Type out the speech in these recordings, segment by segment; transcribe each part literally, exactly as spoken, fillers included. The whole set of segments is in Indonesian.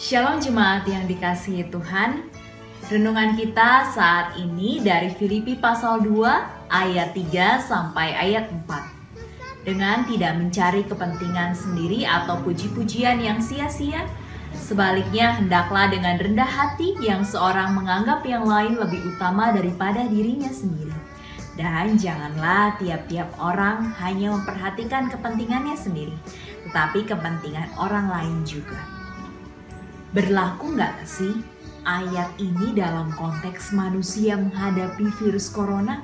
Shalom jemaat yang dikasihi Tuhan. Renungan kita saat ini dari Filipi pasal dua ayat tiga sampai ayat empat. Dengan tidak mencari kepentingan sendiri atau puji-pujian yang sia-sia, sebaliknya hendaklah dengan rendah hati yang seorang menganggap yang lain lebih utama daripada dirinya sendiri. Dan janganlah tiap-tiap orang hanya memperhatikan kepentingannya sendiri, tetapi kepentingan orang lain juga. Berlaku nggak sih ayat ini dalam konteks manusia menghadapi virus corona?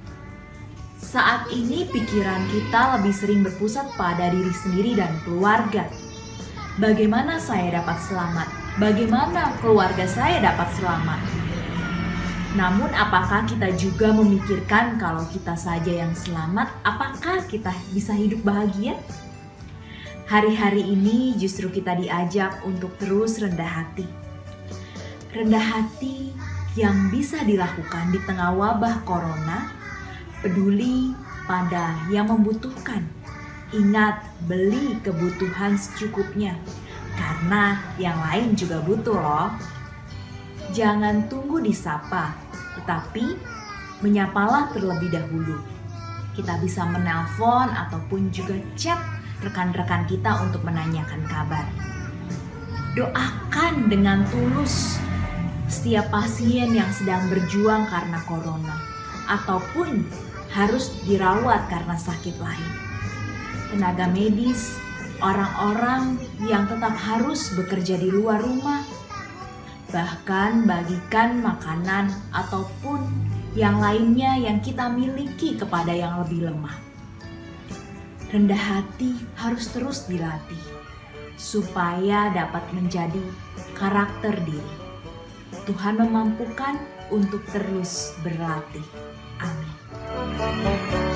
Saat ini pikiran kita lebih sering berpusat pada diri sendiri dan keluarga. Bagaimana saya dapat selamat? Bagaimana keluarga saya dapat selamat? Namun apakah kita juga memikirkan kalau kita saja yang selamat, apakah kita bisa hidup bahagia? Hari-hari ini justru kita diajak untuk terus rendah hati. Rendah hati yang bisa dilakukan di tengah wabah corona, peduli pada yang membutuhkan. Ingat, beli kebutuhan secukupnya, karena yang lain juga butuh loh. Jangan tunggu disapa, tetapi menyapalah terlebih dahulu. Kita bisa menelpon ataupun juga chat rekan-rekan kita untuk menanyakan kabar. Doakan dengan tulus setiap pasien yang sedang berjuang karena corona ataupun harus dirawat karena sakit lain. Tenaga medis, orang-orang yang tetap harus bekerja di luar rumah, bahkan bagikan makanan ataupun yang lainnya yang kita miliki kepada yang lebih lemah. Rendah hati harus terus dilatih supaya dapat menjadi karakter diri. Tuhan memampukan untuk terus berlatih. Amin.